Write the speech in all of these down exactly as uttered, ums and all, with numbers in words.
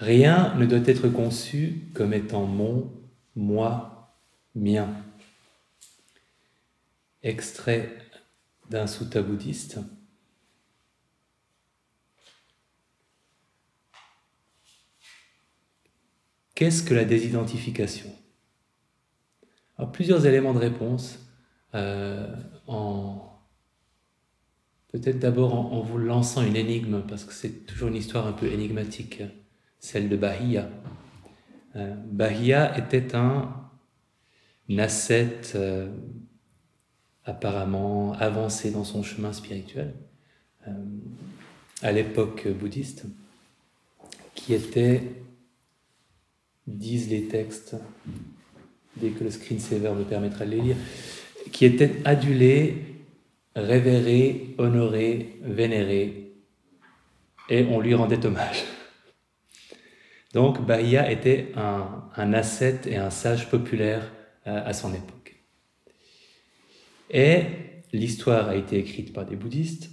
Rien ne doit être conçu comme étant mon, moi, mien. Extrait d'un sutta bouddhiste. Qu'est-ce que la désidentification ? Alors, plusieurs éléments de réponse, euh, en... peut-être d'abord en, en vous lançant une énigme, parce que c'est toujours une histoire un peu énigmatique, celle de Bahiya. Euh, Bahiya était un, un ascète euh, apparemment avancé dans son chemin spirituel, euh, à l'époque bouddhiste, qui était, disent les textes, dès que le screensaver me permettra de les lire, qui était adulé, révéré, honoré, vénéré, et on lui rendait hommage. Donc Bahiya était un, un ascète et un sage populaire euh, à son époque. Et l'histoire a été écrite par des bouddhistes.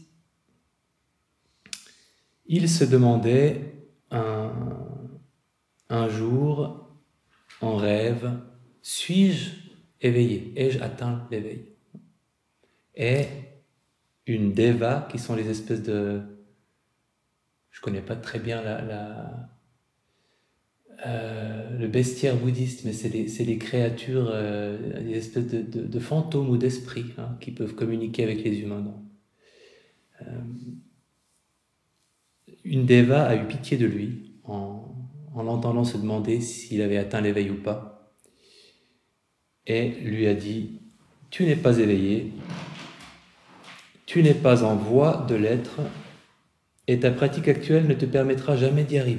Il se demandait un, un jour, en rêve, suis-je éveillé ? Ai-je atteint l'éveil ? Et une deva, qui sont les espèces de... Je ne connais pas très bien la, la, euh, le bestiaire bouddhiste, mais c'est les, c'est les créatures, euh, des espèces de, de, de fantômes ou d'esprits, hein, qui peuvent communiquer avec les humains. Non. Euh, une deva a eu pitié de lui en, en l'entendant se demander s'il avait atteint l'éveil ou pas, et lui a dit : « Tu n'es pas éveillé, tu n'es pas en voie de l'être, et ta pratique actuelle ne te permettra jamais d'y arriver. »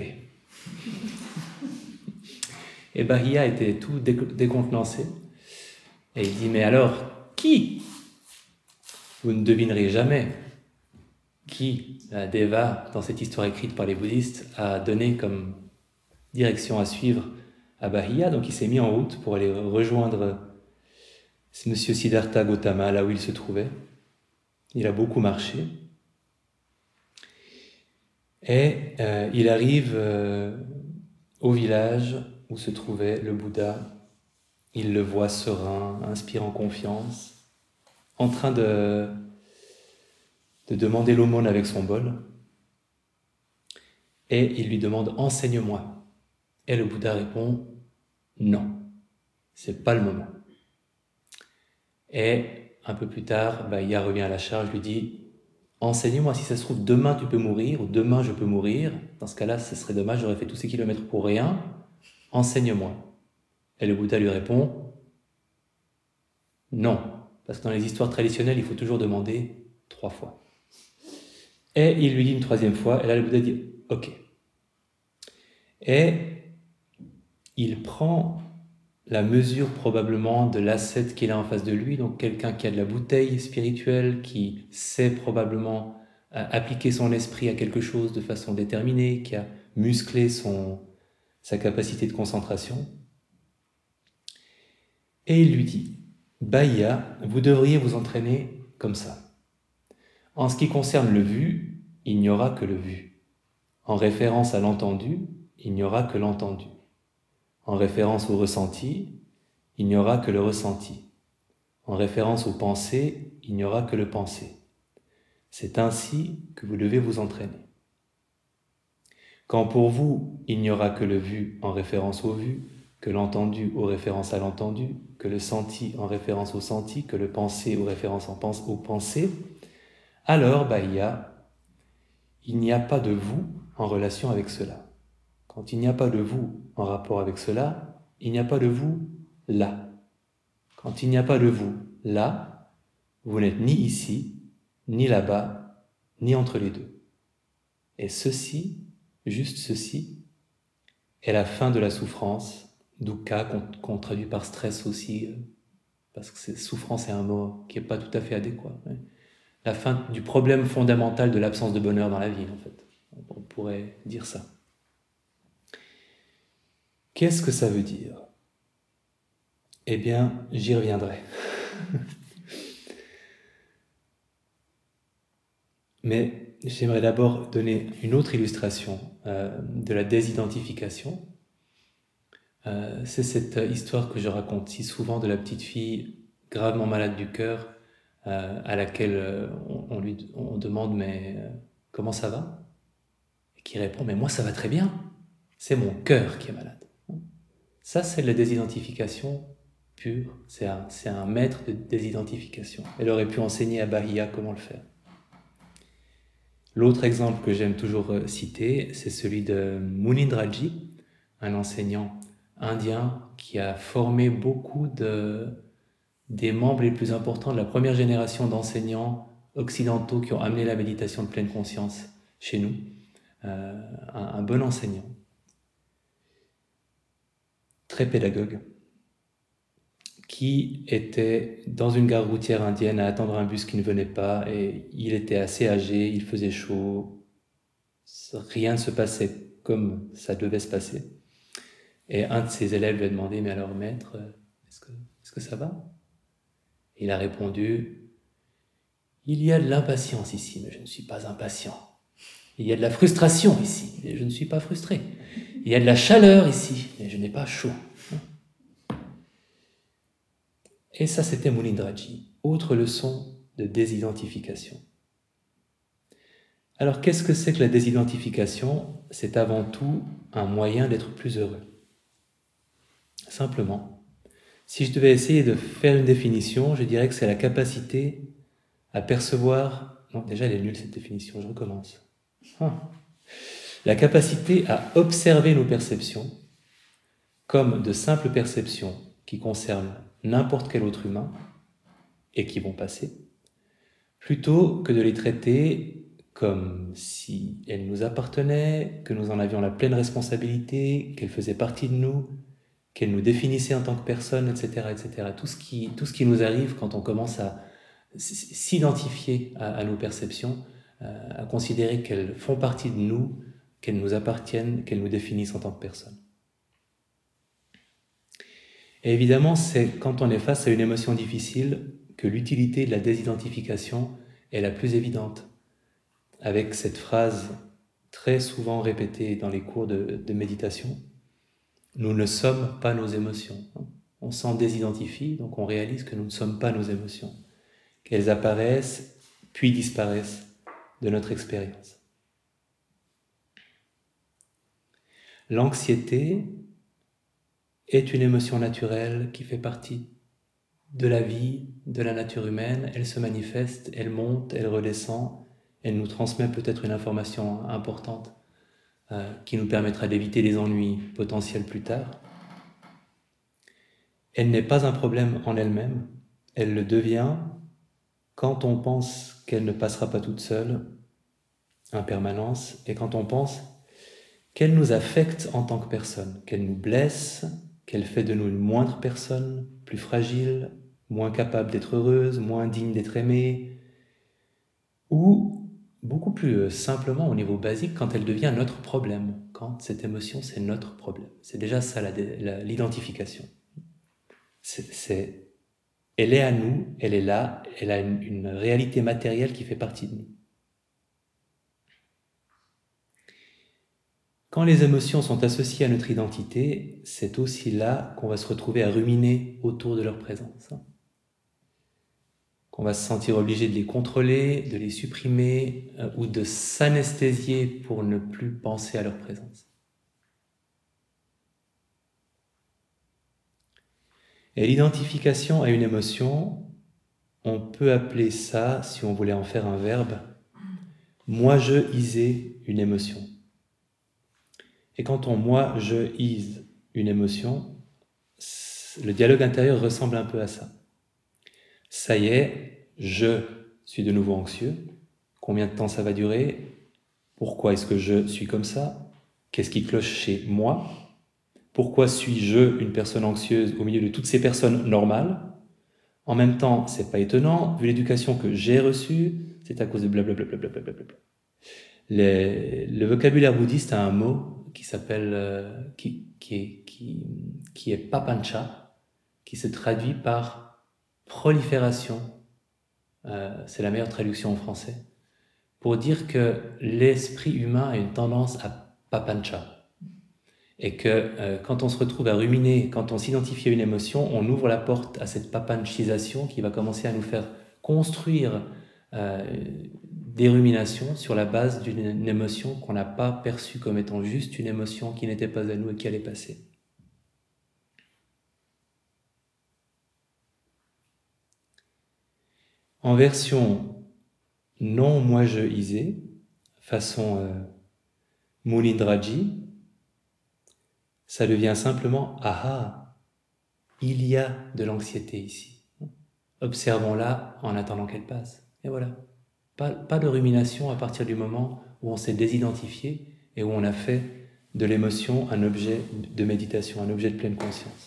Et Bahiya était tout décontenancé, et il dit : « Mais alors, qui ? Vous ne devinerez jamais qui, la Deva, dans cette histoire écrite par les bouddhistes, a donné comme direction à suivre à Bahiya. » Donc il s'est mis en route pour aller rejoindre M. Siddhartha Gautama, là où il se trouvait. Il a beaucoup marché. Et euh, il arrive euh, au village où se trouvait le Bouddha. Il le voit serein, inspirant confiance, en train de, de demander l'aumône avec son bol. Et il lui demande « Enseigne-moi ». Et le Bouddha répond « Non, c'est pas le moment ». Et un peu plus tard, Bahiya revient à la charge, lui dit « Enseigne-moi, si ça se trouve, demain tu peux mourir, ou demain je peux mourir. Dans ce cas-là, ce serait dommage, j'aurais fait tous ces kilomètres pour rien. Enseigne-moi ». Et le Bouddha lui répond « Non, parce que dans les histoires traditionnelles, il faut toujours demander trois fois. » Et il lui dit une troisième fois, et là le Bouddha dit « Ok ». Et il prend la mesure probablement de l'ascète qu'il a en face de lui, donc quelqu'un qui a de la bouteille spirituelle, qui sait probablement euh, appliquer son esprit à quelque chose de façon déterminée, qui a musclé son, sa capacité de concentration. Et il lui dit « Bahiya, vous devriez vous entraîner comme ça. En ce qui concerne le vu, il n'y aura que le vu. En référence à l'entendu, il n'y aura que l'entendu. En référence au ressenti, il n'y aura que le ressenti. En référence aux pensées, il n'y aura que le pensé. C'est ainsi que vous devez vous entraîner. Quand pour vous, il n'y aura que le vu en référence au vu, que l'entendu aux références à l'entendu, que le senti en référence au senti, que le pensé aux références en pense, aux pensées, alors, Bahiya, il n'y a pas de vous en relation avec cela. Quand il n'y a pas de vous en rapport avec cela, il n'y a pas de vous là. Quand il n'y a pas de vous là, vous n'êtes ni ici, ni là-bas, ni entre les deux. Et ceci, juste ceci, est la fin de la souffrance, dukkha, qu'on, qu'on traduit par stress aussi, parce que c'est, souffrance est un mot qui n'est pas tout à fait adéquat. Ouais. La fin du problème fondamental de l'absence de bonheur dans la vie, en fait. On pourrait dire ça. Qu'est-ce que ça veut dire ? Eh bien, j'y reviendrai. Mais j'aimerais d'abord donner une autre illustration euh, de la désidentification. Euh, c'est cette histoire que je raconte si souvent de la petite fille gravement malade du cœur euh, à laquelle euh, on, on lui on demande mais euh, comment ça va? Et qui répond mais moi ça va très bien, c'est mon cœur qui est malade. Ça c'est la désidentification pure, c'est un, c'est un maître de désidentification. Elle aurait pu enseigner à Bahia comment le faire. L'autre exemple que j'aime toujours citer, c'est celui de Munindraji, un enseignant indien qui a formé beaucoup de, des membres les plus importants de la première génération d'enseignants occidentaux qui ont amené la méditation de pleine conscience chez nous. Euh, un, un bon enseignant, très pédagogue, qui était dans une gare routière indienne à attendre un bus qui ne venait pas, et il était assez âgé, il faisait chaud, rien ne se passait comme ça devait se passer. Et un de ses élèves lui a demandé « Mais alors maître, est-ce que, est-ce que ça va ?» Il a répondu « Il y a de l'impatience ici, mais je ne suis pas impatient. Il y a de la frustration ici, mais je ne suis pas frustré. Il y a de la chaleur ici, mais je n'ai pas chaud. » Et ça, c'était Munindraji. Autre leçon de désidentification. Alors, qu'est-ce que c'est que la désidentification? C'est avant tout un moyen d'être plus heureux. Simplement, si je devais essayer de faire une définition, je dirais que c'est la capacité à percevoir... Non, déjà, elle est nulle cette définition, je recommence. Ah. La capacité à observer nos perceptions comme de simples perceptions qui concernent n'importe quel autre humain et qui vont passer, plutôt que de les traiter comme si elles nous appartenaient, que nous en avions la pleine responsabilité, qu'elles faisaient partie de nous, qu'elles nous définissaient en tant que personne, et cetera, et cetera. Tout ce qui, tout ce qui nous arrive quand on commence à s'identifier à, à nos perceptions, euh, à considérer qu'elles font partie de nous, qu'elles nous appartiennent, qu'elles nous définissent en tant que personne. Et évidemment, c'est quand on est face à une émotion difficile que l'utilité de la désidentification est la plus évidente. Avec cette phrase très souvent répétée dans les cours de, de méditation, nous ne sommes pas nos émotions. On s'en désidentifie, donc on réalise que nous ne sommes pas nos émotions, qu'elles apparaissent puis disparaissent de notre expérience. L'anxiété est une émotion naturelle qui fait partie de la vie, de la nature humaine. Elle se manifeste, elle monte, elle redescend, elle nous transmet peut-être une information importante euh, qui nous permettra d'éviter les ennuis potentiels plus tard. Elle n'est pas un problème en elle-même, elle le devient quand on pense qu'elle ne passera pas toute seule, en permanence, et quand on pense qu'elle nous affecte en tant que personne, qu'elle nous blesse, qu'elle fait de nous une moindre personne, plus fragile, moins capable d'être heureuse, moins digne d'être aimée, ou beaucoup plus simplement au niveau basique quand elle devient notre problème, quand cette émotion c'est notre problème. C'est déjà ça la, la, l'identification. C'est, c'est, elle est à nous, elle est là, elle a une, une réalité matérielle qui fait partie de nous. Quand les émotions sont associées à notre identité, c'est aussi là qu'on va se retrouver à ruminer autour de leur présence. Qu'on va se sentir obligé de les contrôler, de les supprimer euh, ou de s'anesthésier pour ne plus penser à leur présence. Et l'identification à une émotion, on peut appeler ça, si on voulait en faire un verbe, « moi je iser une émotion ». Et quand on « moi je ise une émotion », le dialogue intérieur ressemble un peu à ça. Ça y est, je suis de nouveau anxieux. Combien de temps ça va durer? Pourquoi est-ce que je suis comme ça? Qu'est-ce qui cloche chez moi? Pourquoi suis-je une personne anxieuse au milieu de toutes ces personnes normales? En même temps, c'est pas étonnant, vu l'éducation que j'ai reçue, c'est à cause de blablabla. Les, le vocabulaire bouddhiste a un mot qui s'appelle, euh, qui, qui, est, qui, qui est papancha, qui se traduit par prolifération. Euh, c'est la meilleure traduction en français. pour dire que l'esprit humain a une tendance à papancha. Et que euh, quand on se retrouve à ruminer, quand on s'identifie à une émotion, on ouvre la porte à cette papanchisation qui va commencer à nous faire construire euh, des ruminations sur la base d'une émotion qu'on n'a pas perçue comme étant juste une émotion qui n'était pas à nous et qui allait passer. En version non moi-je-isée, façon euh, Mulindraji, ça devient simplement « Ah ah, il y a de l'anxiété ici. Observons-la en attendant qu'elle passe. » Et voilà. Pas, pas de rumination à partir du moment où on s'est désidentifié et où on a fait de l'émotion un objet de méditation, un objet de pleine conscience.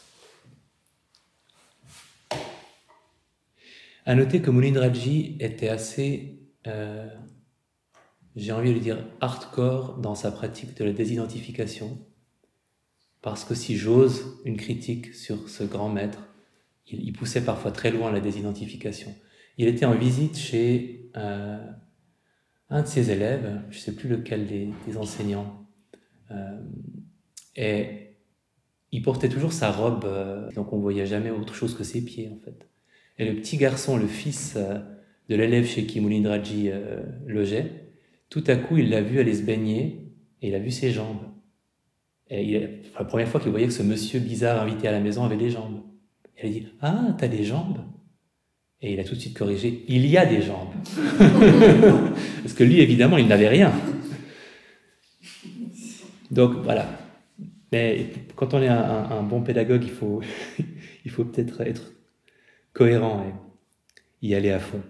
À noter que Mulindraji était assez, euh, j'ai envie de dire, hardcore dans sa pratique de la désidentification, parce que si j'ose une critique sur ce grand maître, il, il poussait parfois très loin la désidentification. Il était en visite chez euh, un de ses élèves, je ne sais plus lequel des, des enseignants, euh, et il portait toujours sa robe, euh, donc on ne voyait jamais autre chose que ses pieds en fait. Et le petit garçon, le fils euh, de l'élève chez qui Mulindraji euh, logeait, tout à coup il l'a vu aller se baigner et il a vu ses jambes. Et il, la première fois qu'il voyait que ce monsieur bizarre invité à la maison avait des jambes. Et il a dit « Ah, t'as des jambes ?» Et il a tout de suite corrigé « Il y a des jambes !» Parce que lui, évidemment, il n'avait rien. Donc, voilà. Mais quand on est un, un, un bon pédagogue, il faut, il faut peut-être être cohérent et y aller à fond.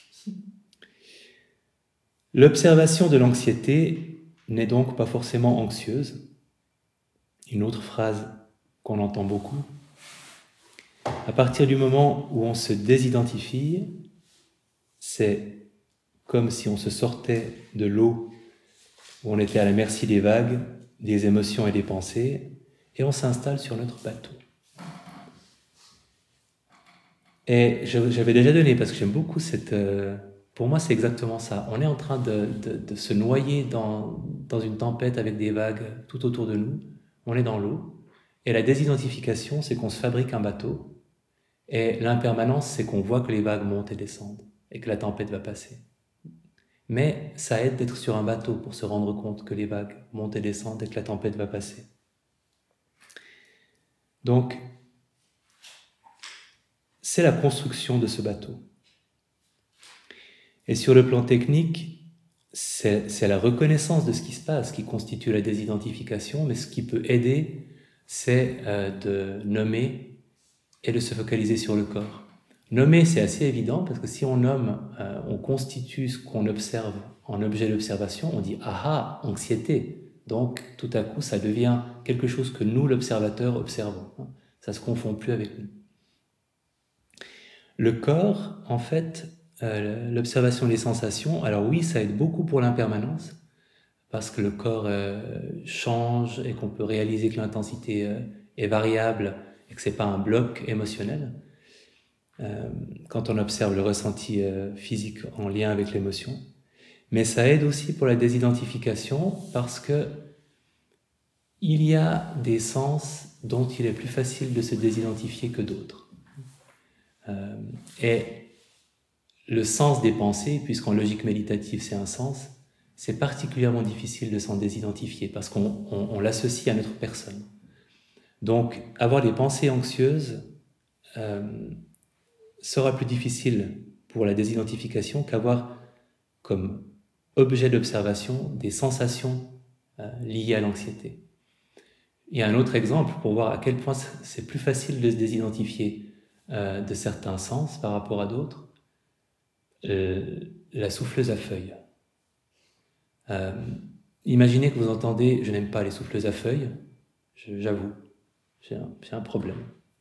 L'observation de l'anxiété n'est donc pas forcément anxieuse. Une autre phrase qu'on entend beaucoup. À partir du moment où on se désidentifie, c'est comme si on se sortait de l'eau, où on était à la merci des vagues, des émotions et des pensées, et on s'installe sur notre bateau. Et j'avais déjà donné, parce que j'aime beaucoup cette... Euh, pour moi, c'est exactement ça. On est en train de, de, de se noyer dans, dans une tempête avec des vagues tout autour de nous. On est dans l'eau. Et la désidentification, c'est qu'on se fabrique un bateau. Et l'impermanence, c'est qu'on voit que les vagues montent et descendent. Et que la tempête va passer. Mais ça aide d'être sur un bateau pour se rendre compte que les vagues montent et descendent et que la tempête va passer. Donc, c'est la construction de ce bateau. Et sur le plan technique, c'est, c'est la reconnaissance de ce qui se passe qui constitue la désidentification, mais ce qui peut aider, c'est euh, de nommer et de se focaliser sur le corps. Nommer, c'est assez évident, parce que si on nomme, euh, on constitue ce qu'on observe en objet d'observation, on dit « Ah ah, anxiété !» Donc, tout à coup, ça devient quelque chose que nous, l'observateur, observons. Ça ne se confond plus avec nous. Le corps, en fait, euh, l'observation des sensations, alors oui, ça aide beaucoup pour l'impermanence, parce que le corps euh, change et qu'on peut réaliser que l'intensité euh, est variable et que ce n'est pas un bloc émotionnel. Euh, quand on observe le ressenti euh, physique en lien avec l'émotion. Mais ça aide aussi pour la désidentification parce que il y a des sens dont il est plus facile de se désidentifier que d'autres. Euh, et le sens des pensées, puisqu'en logique méditative c'est un sens, c'est particulièrement difficile de s'en désidentifier parce qu'on on, on l'associe à notre personne. Donc avoir des pensées anxieuses euh, sera plus difficile pour la désidentification qu'avoir comme objet d'observation des sensations euh, liées à l'anxiété. Il y a un autre exemple pour voir à quel point c'est plus facile de se désidentifier euh, de certains sens par rapport à d'autres. Euh, la souffleuse à feuilles. Euh, imaginez que vous entendez « je n'aime pas les souffleuses à feuilles », j'avoue, j'ai un, j'ai un problème.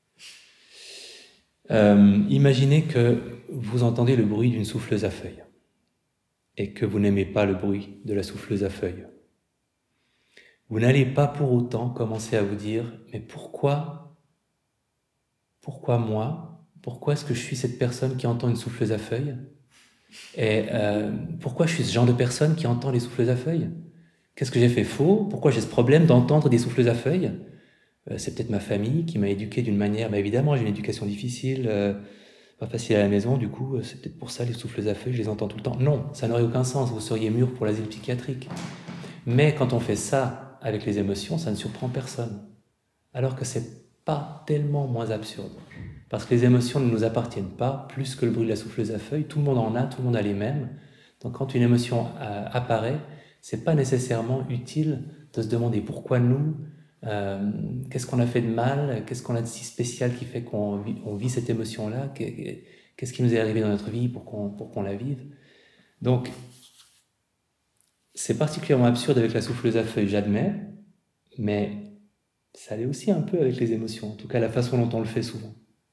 Euh, imaginez que vous entendez le bruit d'une souffleuse à feuilles et que vous n'aimez pas le bruit de la souffleuse à feuilles. Vous n'allez pas pour autant commencer à vous dire « mais pourquoi, pourquoi moi ? Pourquoi est-ce que je suis cette personne qui entend une souffleuse à feuilles ?» Et euh, pourquoi je suis ce genre de personne qui entend les souffleuses à feuilles? Qu'est-ce que j'ai fait faux? Pourquoi j'ai ce problème d'entendre des souffleuses à feuilles? euh, C'est peut-être ma famille qui m'a éduqué d'une manière... Bah évidemment, j'ai une éducation difficile, euh, pas facile à la maison, du coup, euh, c'est peut-être pour ça les souffleuses à feuilles, je les entends tout le temps. Non, ça n'aurait aucun sens, vous seriez mûr pour l'asile psychiatrique. Mais quand on fait ça avec les émotions, ça ne surprend personne. Alors que c'est pas tellement moins absurde. Parce que les émotions ne nous appartiennent pas, plus que le bruit de la souffleuse à feuilles, tout le monde en a, tout le monde a les mêmes. Donc quand une émotion euh, apparaît, c'est pas nécessairement utile de se demander pourquoi nous, euh, qu'est-ce qu'on a fait de mal, qu'est-ce qu'on a de si spécial qui fait qu'on vit, on vit cette émotion-là, qu'est-ce qui nous est arrivé dans notre vie pour qu'on, pour qu'on la vive. Donc, c'est particulièrement absurde avec la souffleuse à feuilles, j'admets, mais ça allait aussi un peu avec les émotions, en tout cas la façon dont on le fait souvent.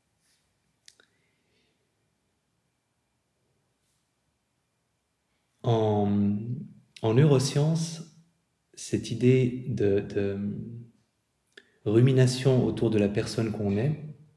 En, en neurosciences, cette idée de, de rumination autour de la personne qu'on est,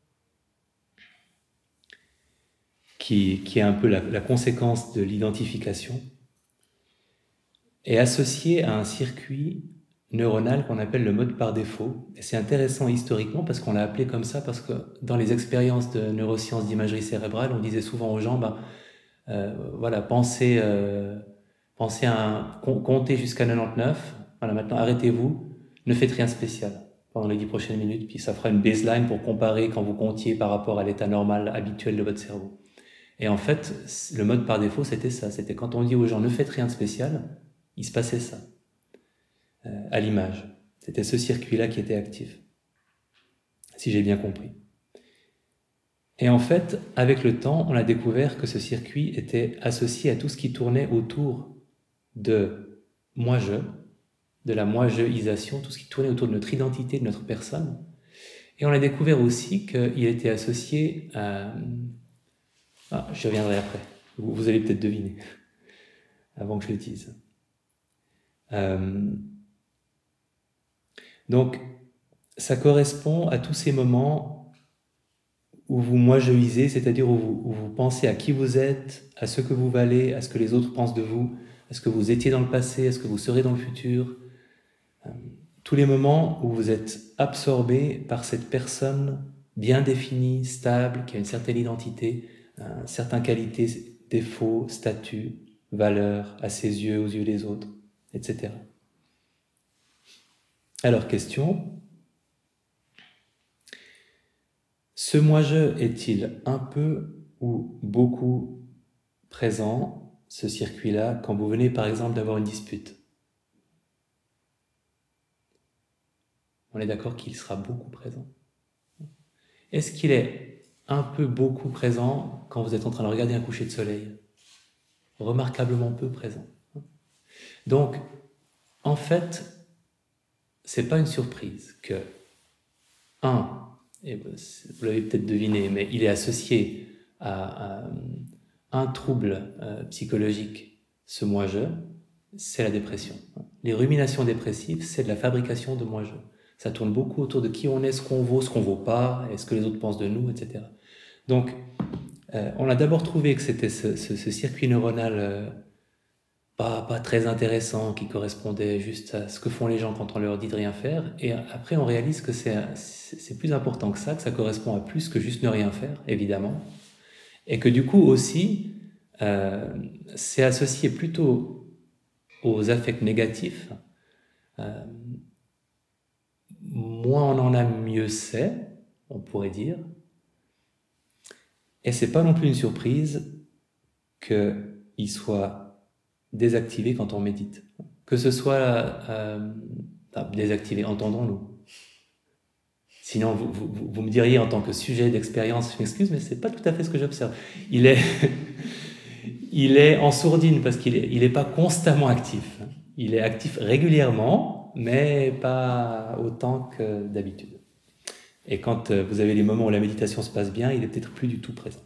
qui, qui est un peu la, la conséquence de l'identification, est associée à un circuit neuronal qu'on appelle le mode par défaut. Et c'est intéressant historiquement parce qu'on l'a appelé comme ça, parce que dans les expériences de neurosciences d'imagerie cérébrale, on disait souvent aux gens, ben, euh, voilà, pensez, euh, pensez à un, comptez jusqu'à quatre-vingt-dix-neuf, voilà, maintenant arrêtez-vous, ne faites rien spécial pendant les dix prochaines minutes, puis ça fera une baseline pour comparer quand vous comptiez par rapport à l'état normal habituel de votre cerveau. Et en fait, le mode par défaut, c'était ça, c'était quand on dit aux gens ne faites rien de spécial, il se passait ça, euh, à l'image. C'était ce circuit-là qui était actif, si j'ai bien compris. Et en fait, avec le temps, on a découvert que ce circuit était associé à tout ce qui tournait autour de moi-je, de la moi-je-isation, tout ce qui tournait autour de notre identité, de notre personne. Et on a découvert aussi qu'il était associé à... Ah, je reviendrai après. Vous, vous allez peut-être deviner, avant que je le dise. Euh... Donc, ça correspond à tous ces moments où vous moi-je-isez, c'est-à-dire où vous, où vous pensez à qui vous êtes, à ce que vous valez, à ce que les autres pensent de vous, à ce que vous étiez dans le passé, à ce que vous serez dans le futur. Euh, tous les moments où vous êtes absorbé par cette personne bien définie, stable, qui a une certaine identité, euh, certaines qualités, défauts, statuts, valeurs, à ses yeux, aux yeux des autres, et cetera. Alors, question, ce moi-je est-il un peu ou beaucoup présent, ce circuit-là, quand vous venez par exemple d'avoir une dispute? On est d'accord qu'il sera beaucoup présent. Est-ce qu'il est un peu beaucoup présent quand vous êtes en train de regarder un coucher de soleil? Remarquablement peu présent. Donc, en fait, c'est pas une surprise que, un, et vous l'avez peut-être deviné, mais il est associé à, à un trouble euh, psychologique, ce moi-je, c'est la dépression. Les ruminations dépressives, c'est de la fabrication de moi-je. Ça tourne beaucoup autour de qui on est, ce qu'on vaut, ce qu'on vaut pas, et ce que les autres pensent de nous, et cetera. Donc, euh, on a d'abord trouvé que c'était ce, ce, ce circuit neuronal euh, pas, pas très intéressant, qui correspondait juste à ce que font les gens quand on leur dit de rien faire, et après on réalise que c'est, c'est plus important que ça, que ça correspond à plus que juste ne rien faire, évidemment, et que du coup aussi, euh, c'est associé plutôt aux affects négatifs. Euh, moins on en a, mieux c'est, on pourrait dire. Et c'est pas non plus une surprise qu'il soit désactivé quand on médite. Que ce soit euh, désactivé, entendons-nous. Sinon, vous, vous, vous me diriez en tant que sujet d'expérience, je m'excuse, mais c'est pas tout à fait ce que j'observe. Il est, il est en sourdine parce qu'il est, il est pas constamment actif. Il est actif régulièrement, mais pas autant que d'habitude. Et quand vous avez les moments où la méditation se passe bien, il est peut-être plus du tout présent.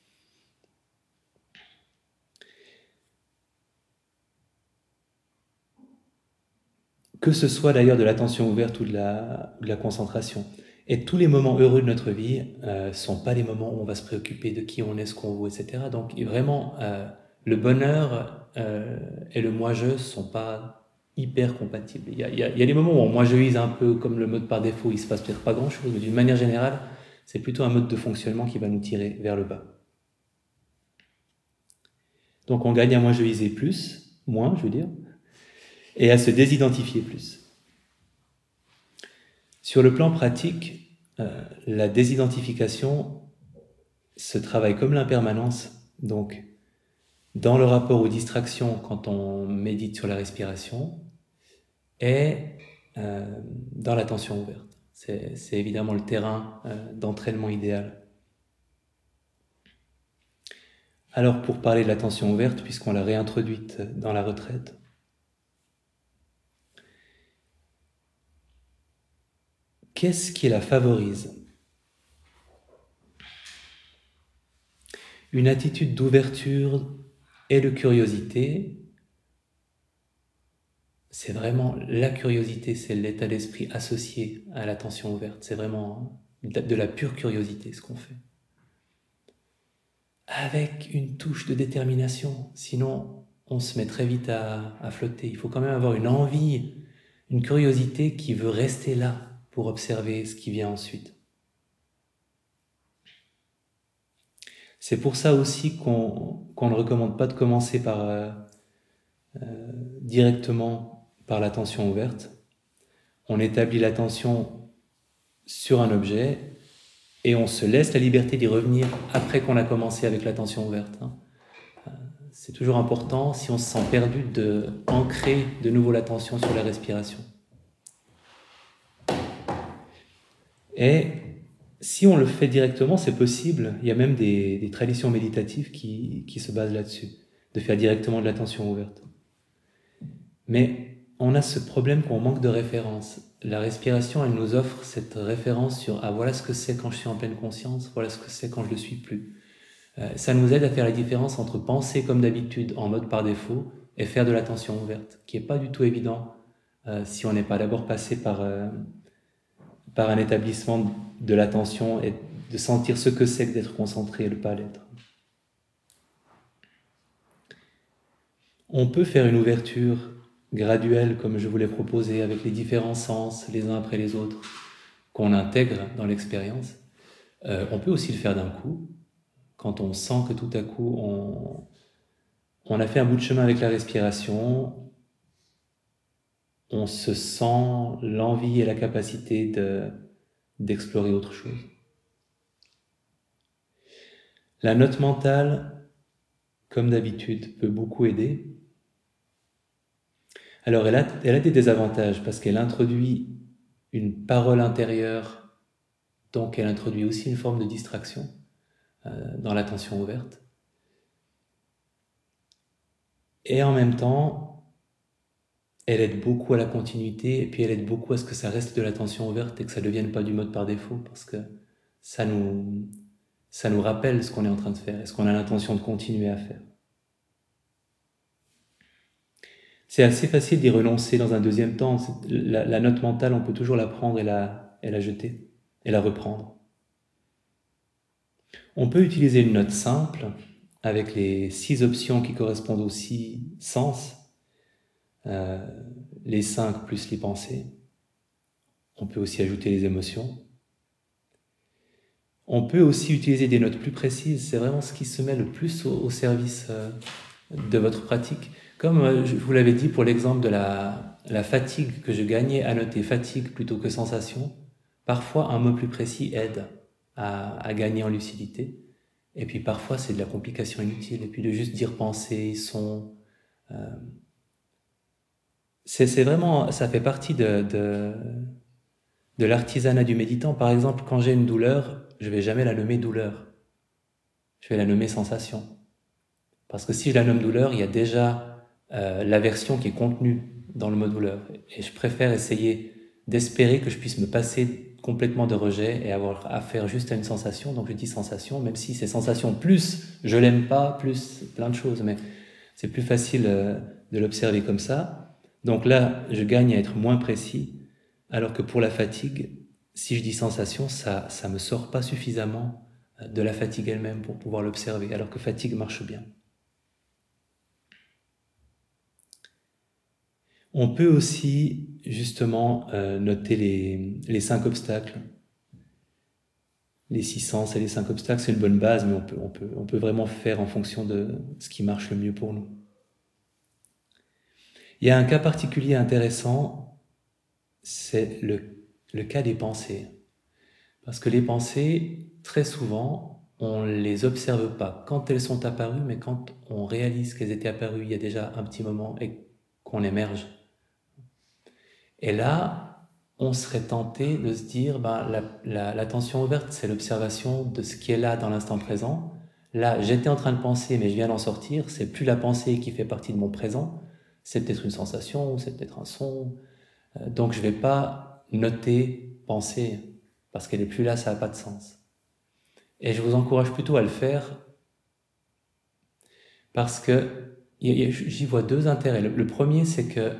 Que ce soit d'ailleurs de l'attention ouverte ou de la, de la concentration. Et tous les moments heureux de notre vie ne euh, sont pas les moments où on va se préoccuper de qui on est, ce qu'on vaut, et cetera. Donc vraiment, euh, le bonheur euh, et le moi-je ne sont pas hyper compatibles. Il y, a, il, y a, il y a des moments où on moi-jeise un peu comme le mode par défaut, il ne se passe peut-être pas grand-chose, mais d'une manière générale, c'est plutôt un mode de fonctionnement qui va nous tirer vers le bas. Donc on gagne à moi-jeiser plus, moins je veux dire, et à se désidentifier plus. Sur le plan pratique, euh, la désidentification se travaille comme l'impermanence, donc dans le rapport aux distractions quand on médite sur la respiration et euh, dans l'attention ouverte. C'est, c'est évidemment le terrain euh, d'entraînement idéal. Alors pour parler de l'attention ouverte, puisqu'on l'a réintroduite dans la retraite, qu'est-ce qui la favorise ? Une attitude d'ouverture et de curiosité. C'est vraiment la curiosité, c'est l'état d'esprit associé à l'attention ouverte. C'est vraiment de la pure curiosité ce qu'on fait. Avec une touche de détermination, sinon on se met très vite à, à flotter. Il faut quand même avoir une envie, une curiosité qui veut rester là pour observer ce qui vient ensuite. C'est pour ça aussi qu'on, qu'on ne recommande pas de commencer par euh, euh, directement par l'attention ouverte. On établit l'attention sur un objet et on se laisse la liberté d'y revenir après qu'on a commencé avec l'attention ouverte. C'est toujours important, si on se sent perdu, d'ancrer de nouveau l'attention sur la respiration. Et si on le fait directement, c'est possible. Il y a même des, des traditions méditatives qui, qui se basent là-dessus, de faire directement de l'attention ouverte. Mais on a ce problème qu'on manque de référence. La respiration, elle nous offre cette référence sur « Ah, voilà ce que c'est quand je suis en pleine conscience, voilà ce que c'est quand je ne le suis plus ». Euh, ça nous aide à faire la différence entre penser comme d'habitude en mode par défaut et faire de l'attention ouverte, qui n'est pas du tout évident euh, si on n'est pas d'abord passé par, euh, par un établissement de l'attention et de sentir ce que c'est que d'être concentré et de ne pas l'être. On peut faire une ouverture graduelle, comme je vous l'ai proposé, avec les différents sens, les uns après les autres, qu'on intègre dans l'expérience. Euh, on peut aussi le faire d'un coup, quand on sent que tout à coup, on, on a fait un bout de chemin avec la respiration, on se sent l'envie et la capacité de, d'explorer autre chose. La note mentale, comme d'habitude, peut beaucoup aider. Alors, elle a, elle a des désavantages parce qu'elle introduit une parole intérieure, donc elle introduit aussi une forme de distraction euh, dans l'attention ouverte. Et en même temps, elle aide beaucoup à la continuité et puis elle aide beaucoup à ce que ça reste de l'attention ouverte et que ça ne devienne pas du mode par défaut parce que ça nous, ça nous rappelle ce qu'on est en train de faire et ce qu'on a l'intention de continuer à faire. C'est assez facile d'y renoncer dans un deuxième temps. La, la note mentale, on peut toujours la prendre et la, et la jeter et la reprendre. On peut utiliser une note simple avec les six options qui correspondent aux six sens, euh, les cinq plus les pensées. On peut aussi ajouter les émotions. On peut aussi utiliser des notes plus précises. C'est vraiment ce qui se met le plus au, au service euh, de votre pratique. Comme euh, je vous l'avais dit pour l'exemple de la, la fatigue que je gagnais à noter fatigue plutôt que sensation, parfois un mot plus précis aide à, à gagner en lucidité. Et puis parfois c'est de la complication inutile. Et puis de juste dire pensée, son... Euh, c'est, c'est vraiment... Ça fait partie de, de, de l'artisanat du méditant. Par exemple, quand j'ai une douleur, je ne vais jamais la nommer douleur. Je vais la nommer sensation. Parce que si je la nomme douleur, il y a déjà euh, l'aversion qui est contenue dans le mot douleur. Et je préfère essayer d'espérer que je puisse me passer complètement de rejet et avoir affaire juste à une sensation. Donc je dis sensation, même si c'est sensation plus je l'aime pas, plus plein de choses. Mais c'est plus facile euh, de l'observer comme ça. Donc là, je gagne à être moins précis. Alors que pour la fatigue, si je dis sensation, ça ça me sort pas suffisamment de la fatigue elle-même pour pouvoir l'observer. Alors que fatigue marche bien. On peut aussi justement euh, noter les, les cinq obstacles. Les six sens et les cinq obstacles, c'est une bonne base, mais on peut, on, peut, on peut vraiment faire en fonction de ce qui marche le mieux pour nous. Il y a un cas particulier intéressant, c'est le, le cas des pensées. Parce que les pensées, très souvent, on ne les observe pas quand elles sont apparues, mais quand on réalise qu'elles étaient apparues il y a déjà un petit moment et qu'on émerge. Et là, on serait tenté de se dire, ben, la, la, l'attention ouverte, c'est l'observation de ce qui est là dans l'instant présent. Là, j'étais en train de penser, mais je viens d'en sortir. C'est plus la pensée qui fait partie de mon présent. C'est peut-être une sensation, c'est peut-être un son. Euh, donc, je ne vais pas noter penser, parce qu'elle n'est plus là, ça n'a pas de sens. Et je vous encourage plutôt à le faire, parce que j'y vois deux intérêts. Le premier, c'est que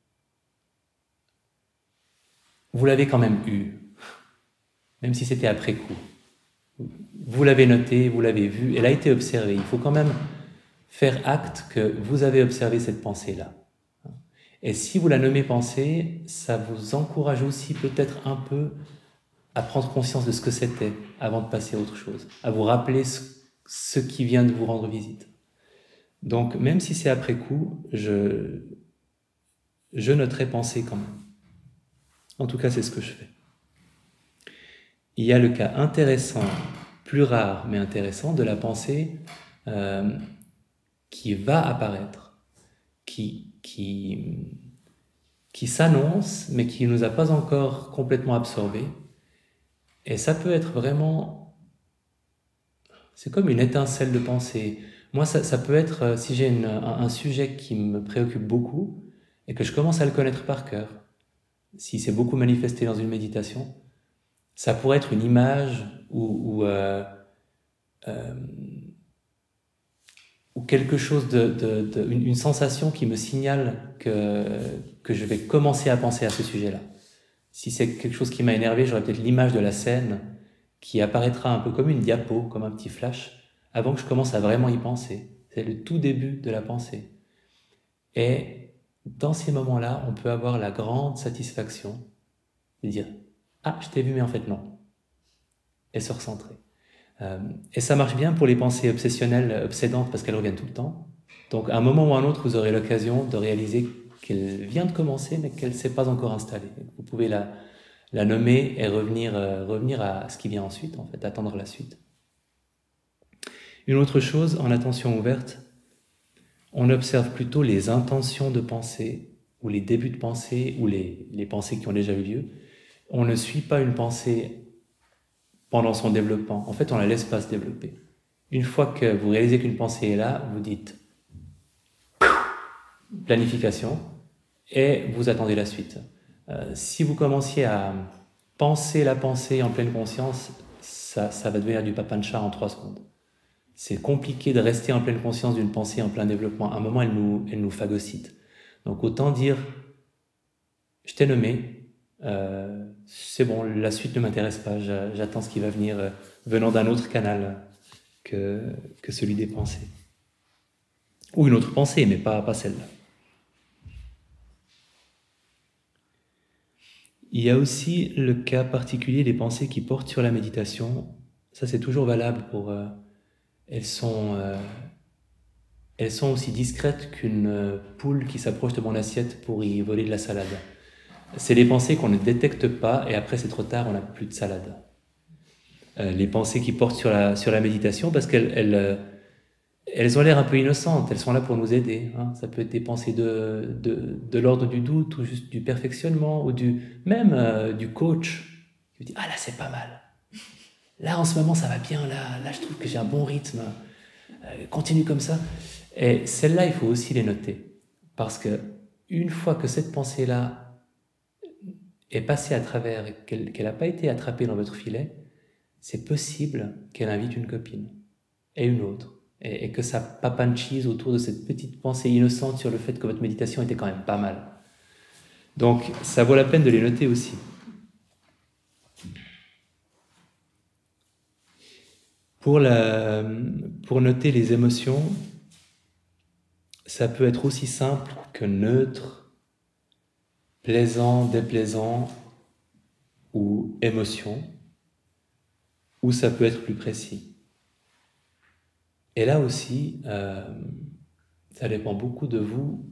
vous l'avez quand même eu, même si c'était après coup. Vous l'avez noté, vous l'avez vu, elle a été observée. Il faut quand même faire acte que vous avez observé cette pensée-là. Et si vous la nommez pensée, ça vous encourage aussi peut-être un peu à prendre conscience de ce que c'était avant de passer à autre chose, à vous rappeler ce, ce qui vient de vous rendre visite. Donc, même si c'est après coup, je, je noterai pensée quand même. En tout cas, c'est ce que je fais. Il y a le cas intéressant, plus rare mais intéressant, de la pensée euh, qui va apparaître, qui, qui, qui s'annonce, mais qui ne nous a pas encore complètement absorbés. Et ça peut être vraiment... C'est comme une étincelle de pensée. Moi, ça, ça peut être, si j'ai une, un, un sujet qui me préoccupe beaucoup, et que je commence à le connaître par cœur, si c'est beaucoup manifesté dans une méditation, ça pourrait être une image ou, ou, euh, euh, ou quelque chose de, de, de une, une sensation qui me signale que, que je vais commencer à penser à ce sujet-là. Si c'est quelque chose qui m'a énervé, j'aurai peut-être l'image de la scène qui apparaîtra un peu comme une diapo, comme un petit flash, avant que je commence à vraiment y penser. C'est le tout début de la pensée. Et dans ces moments-là, on peut avoir la grande satisfaction de dire « Ah, je t'ai vu, mais en fait non ». Et se recentrer. Euh, et ça marche bien pour les pensées obsessionnelles, obsédantes, parce qu'elles reviennent tout le temps. Donc, à un moment ou à un autre, vous aurez l'occasion de réaliser qu'elle vient de commencer, mais qu'elle ne s'est pas encore installée. Vous pouvez la, la nommer et revenir, euh, revenir à ce qui vient ensuite, en fait, attendre la suite. Une autre chose, en attention ouverte, on observe plutôt les intentions de pensée, ou les débuts de pensée, ou les, les pensées qui ont déjà eu lieu. On ne suit pas une pensée pendant son développement. En fait, on ne la laisse pas se développer. Une fois que vous réalisez qu'une pensée est là, vous dites planification et vous attendez la suite. Euh, si vous commenciez à penser la pensée en pleine conscience, ça, ça va devenir du papancha en trois secondes. C'est compliqué de rester en pleine conscience d'une pensée en plein développement. À un moment, elle nous, elle nous phagocyte. Donc autant dire, je t'ai nommé, euh, c'est bon, la suite ne m'intéresse pas, j'attends ce qui va venir euh, venant d'un autre canal que, que celui des pensées. Ou une autre pensée, mais pas, pas celle-là. Il y a aussi le cas particulier des pensées qui portent sur la méditation. Ça, c'est toujours valable pour... Euh, elles sont... Euh, elles sont aussi discrètes qu'une euh, poule qui s'approche de mon assiette pour y voler de la salade. C'est les pensées qu'on ne détecte pas et après c'est trop tard, on n'a plus de salade. Euh, les pensées qui portent sur la, sur la méditation, parce qu'elles elles, euh, elles ont l'air un peu innocentes, elles sont là pour nous aider. Hein. Ça peut être des pensées de, de, de l'ordre du doute ou juste du perfectionnement ou du, même euh, du coach qui dit « Ah là c'est pas mal, là en ce moment ça va bien, là, là je trouve que j'ai un bon rythme, euh, continue comme ça ». Et celles-là, il faut aussi les noter parce que une fois que cette pensée-là est passée à travers et qu'elle qu'elle n'a pas été attrapée dans votre filet, c'est possible qu'elle invite une copine et une autre et, et que ça papanchise autour de cette petite pensée innocente sur le fait que votre méditation était quand même pas mal. Donc, ça vaut la peine de les noter aussi. Pour, la, pour noter les émotions, ça peut être aussi simple que neutre plaisant, déplaisant ou émotion, ou ça peut être plus précis. Et là aussi, euh, ça dépend beaucoup de vous.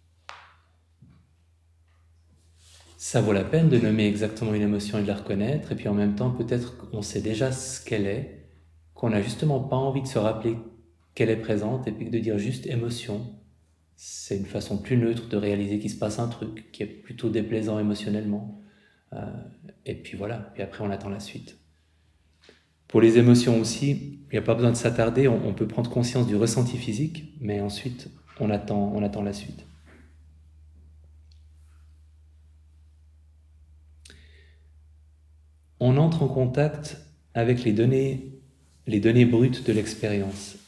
Ça vaut la peine de nommer exactement une émotion et de la reconnaître, et puis en même temps, peut-être qu'on sait déjà ce qu'elle est, qu'on n'a justement pas envie de se rappeler qu'elle est présente, et puis de dire juste émotion. C'est une façon plus neutre de réaliser qu'il se passe un truc, qui est plutôt déplaisant émotionnellement. Euh, et puis voilà, puis après on attend la suite. Pour les émotions aussi, il n'y a pas besoin de s'attarder, on, on peut prendre conscience du ressenti physique, mais ensuite on attend, on attend la suite. On entre en contact avec les données, les données brutes de l'expérience.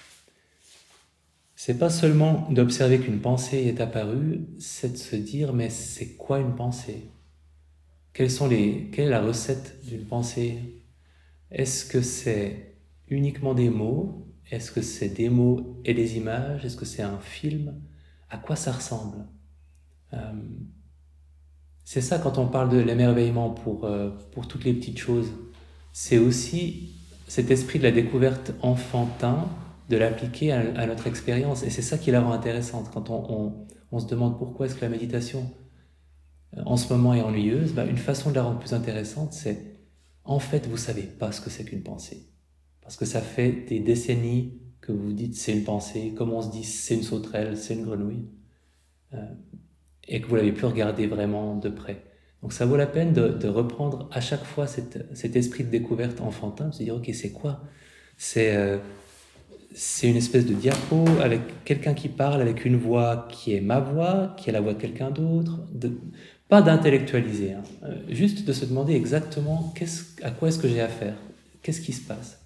C'est pas seulement d'observer qu'une pensée est apparue, c'est de se dire mais c'est quoi une pensée ? Quelles sont les, quelle est la recette d'une pensée ? Est-ce que c'est uniquement des mots ? Est-ce que c'est des mots et des images ? Est-ce que c'est un film ? À quoi ça ressemble ? euh, C'est ça quand on parle de l'émerveillement pour, euh, pour toutes les petites choses. C'est aussi cet esprit de la découverte enfantin, de l'appliquer à, à notre expérience. Et c'est ça qui la rend intéressante. Quand on, on, on se demande pourquoi est-ce que la méditation euh, en ce moment est ennuyeuse, bah, une façon de la rendre plus intéressante, c'est en fait, vous ne savez pas ce que c'est qu'une pensée. Parce que ça fait des décennies que vous dites c'est une pensée, comme on se dit c'est une sauterelle, c'est une grenouille, euh, et que vous ne l'avez plus regardé vraiment de près. Donc ça vaut la peine de, de reprendre à chaque fois cette, cet esprit de découverte enfantin, de se dire ok c'est quoi ? C'est euh, c'est une espèce de diapo avec quelqu'un qui parle, avec une voix qui est ma voix, qui est la voix de quelqu'un d'autre. De, pas d'intellectualiser, hein, euh, juste de se demander exactement qu'est-ce, à quoi est-ce que j'ai affaire, qu'est-ce qui se passe.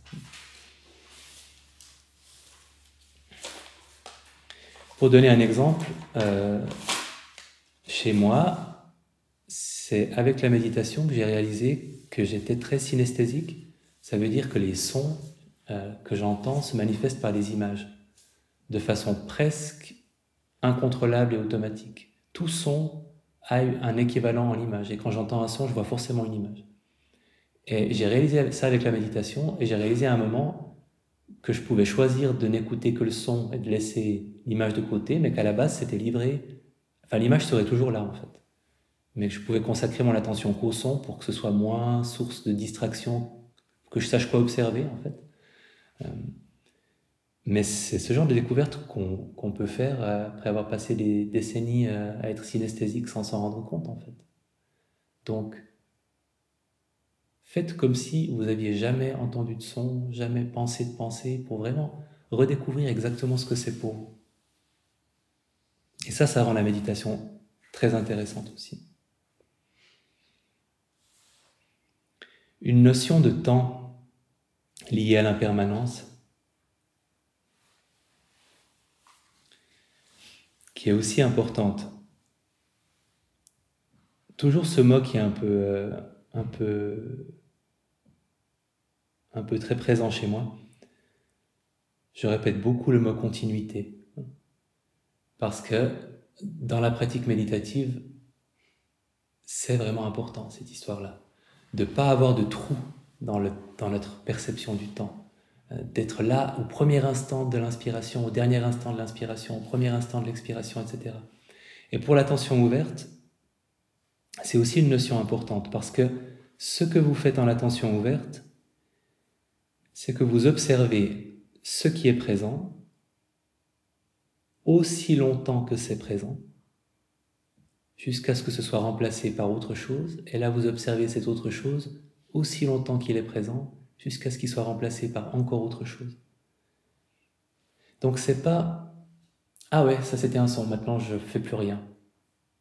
Pour donner un exemple, euh, chez moi, c'est avec la méditation que j'ai réalisé que j'étais très synesthésique. Ça veut dire que les sons euh, que j'entends se manifestent par des images, de façon presque incontrôlable et automatique. Tout son a un équivalent en image. Et quand j'entends un son, je vois forcément une image. Et j'ai réalisé ça avec la méditation, et j'ai réalisé à un moment que je pouvais choisir de n'écouter que le son et de laisser l'image de côté, mais qu'à la base, c'était livré. Enfin, l'image serait toujours là, en fait. Mais que je pouvais consacrer mon attention qu'au son pour que ce soit moins source de distraction, que je sache quoi observer, en fait. Euh, Mais c'est ce genre de découverte qu'on qu'on peut faire après avoir passé des décennies à être synesthésique sans s'en rendre compte, en fait. Donc, faites comme si vous aviez jamais entendu de son, jamais pensé de pensée, pour vraiment redécouvrir exactement ce que c'est pour vous. Et ça, ça rend la méditation très intéressante aussi. Une notion de temps liée à l'impermanence, qui est aussi importante. Toujours ce mot qui est un peu, euh, un peu, un peu très présent chez moi. Je répète beaucoup le mot continuité. Parce que dans la pratique méditative, c'est vraiment important, cette histoire-là. De ne pas avoir de trou dans, le, dans notre perception du temps. Euh, d'être là au premier instant de l'inspiration, au dernier instant de l'inspiration, au premier instant de l'expiration, et cetera. Et pour l'attention ouverte, c'est aussi une notion importante, parce que ce que vous faites en attention ouverte, c'est que vous observez ce qui est présent aussi longtemps que c'est présent, jusqu'à ce que ce soit remplacé par autre chose, et là vous observez cette autre chose aussi longtemps qu'il est présent, jusqu'à ce qu'il soit remplacé par encore autre chose. Donc c'est pas « Ah ouais, ça c'était un son, maintenant je fais plus rien euh, ».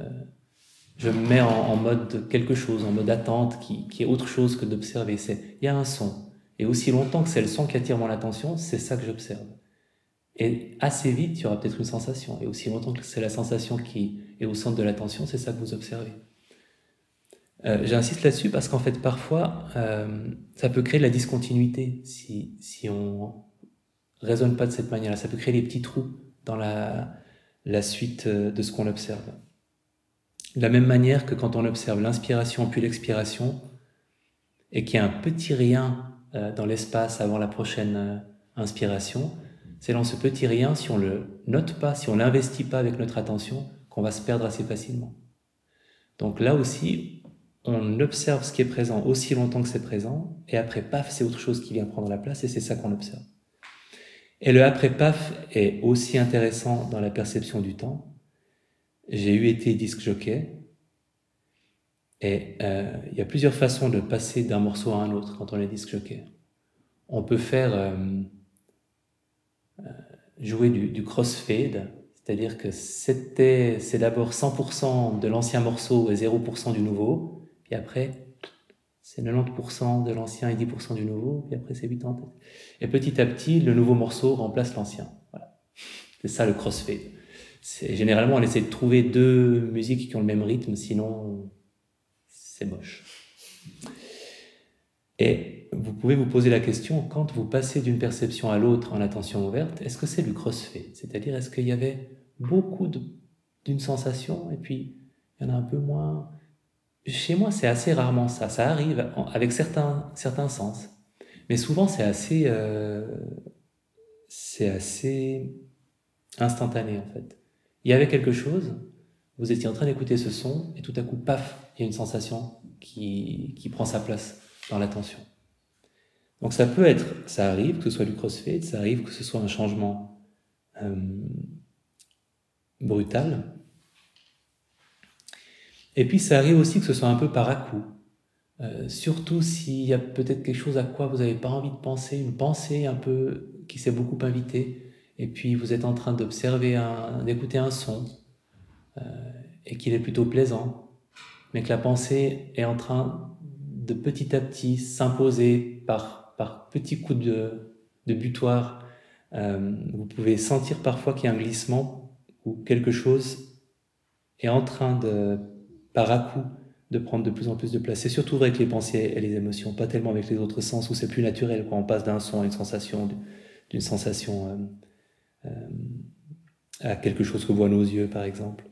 Je me mets en, en mode quelque chose, en mode attente, qui, qui est autre chose que d'observer. C'est, il y a un son, et aussi longtemps que c'est le son qui attire mon attention, c'est ça que j'observe. Et assez vite, il y aura peut-être une sensation, et aussi longtemps que c'est la sensation qui est au centre de l'attention, c'est ça que vous observez. Euh, j'insiste là-dessus parce qu'en fait, parfois, euh, ça peut créer de la discontinuité si, si on raisonne pas de cette manière-là. Ça peut créer des petits trous dans la, la suite de ce qu'on observe. De la même manière que quand on observe l'inspiration puis l'expiration, et qu'il y a un petit rien euh, dans l'espace avant la prochaine euh, inspiration, c'est dans ce petit rien, si on ne le note pas, si on ne l'investit pas avec notre attention, qu'on va se perdre assez facilement. Donc là aussi, on observe ce qui est présent aussi longtemps que c'est présent, et après, paf, c'est autre chose qui vient prendre la place, et c'est ça qu'on observe. Et le après, paf est aussi intéressant dans la perception du temps. J'ai eu été disc jockey, et euh, il y a plusieurs façons de passer d'un morceau à un autre quand on est disc jockey. On peut faire euh, euh, jouer du, du crossfade, c'est-à-dire que c'était, c'est d'abord cent pour cent de l'ancien morceau et zéro pour cent du nouveau, puis après c'est quatre-vingt-dix pour cent de l'ancien et dix pour cent du nouveau, puis après c'est quatre-vingts pour cent. Et petit à petit, le nouveau morceau remplace l'ancien. Voilà. C'est ça le crossfade. C'est, généralement, on essaie de trouver deux musiques qui ont le même rythme, sinon c'est moche. Et vous pouvez vous poser la question, quand vous passez d'une perception à l'autre en attention ouverte, est-ce que c'est du crossfade? C'est-à-dire, est-ce qu'il y avait beaucoup de, d'une sensation et puis il y en a un peu moins? Chez moi, c'est assez rarement ça. Ça arrive avec certains, certains sens. Mais souvent, c'est assez, euh, c'est assez instantané, en fait. Il y avait quelque chose, vous étiez en train d'écouter ce son, et tout à coup, paf, il y a une sensation qui, qui prend sa place dans l'attention. Donc ça peut être, ça arrive que ce soit du crossfade, ça arrive que ce soit un changement euh, brutal. Et puis ça arrive aussi que ce soit un peu par à-coup. Euh, surtout s'il y a peut-être quelque chose à quoi vous n'avez pas envie de penser, une pensée un peu qui s'est beaucoup invitée, et puis vous êtes en train d'observer, un, d'écouter un son, euh, et qu'il est plutôt plaisant, mais que la pensée est en train de petit à petit s'imposer par, par petits coups de, de butoir. Euh, vous pouvez sentir parfois qu'il y a un glissement ou quelque chose est en train de, par à-coup, de prendre de plus en plus de place. C'est surtout vrai avec les pensées et les émotions, pas tellement avec les autres sens où c'est plus naturel quand on passe d'un son à une sensation, d'une sensation euh, euh, à quelque chose que voient nos yeux, par exemple.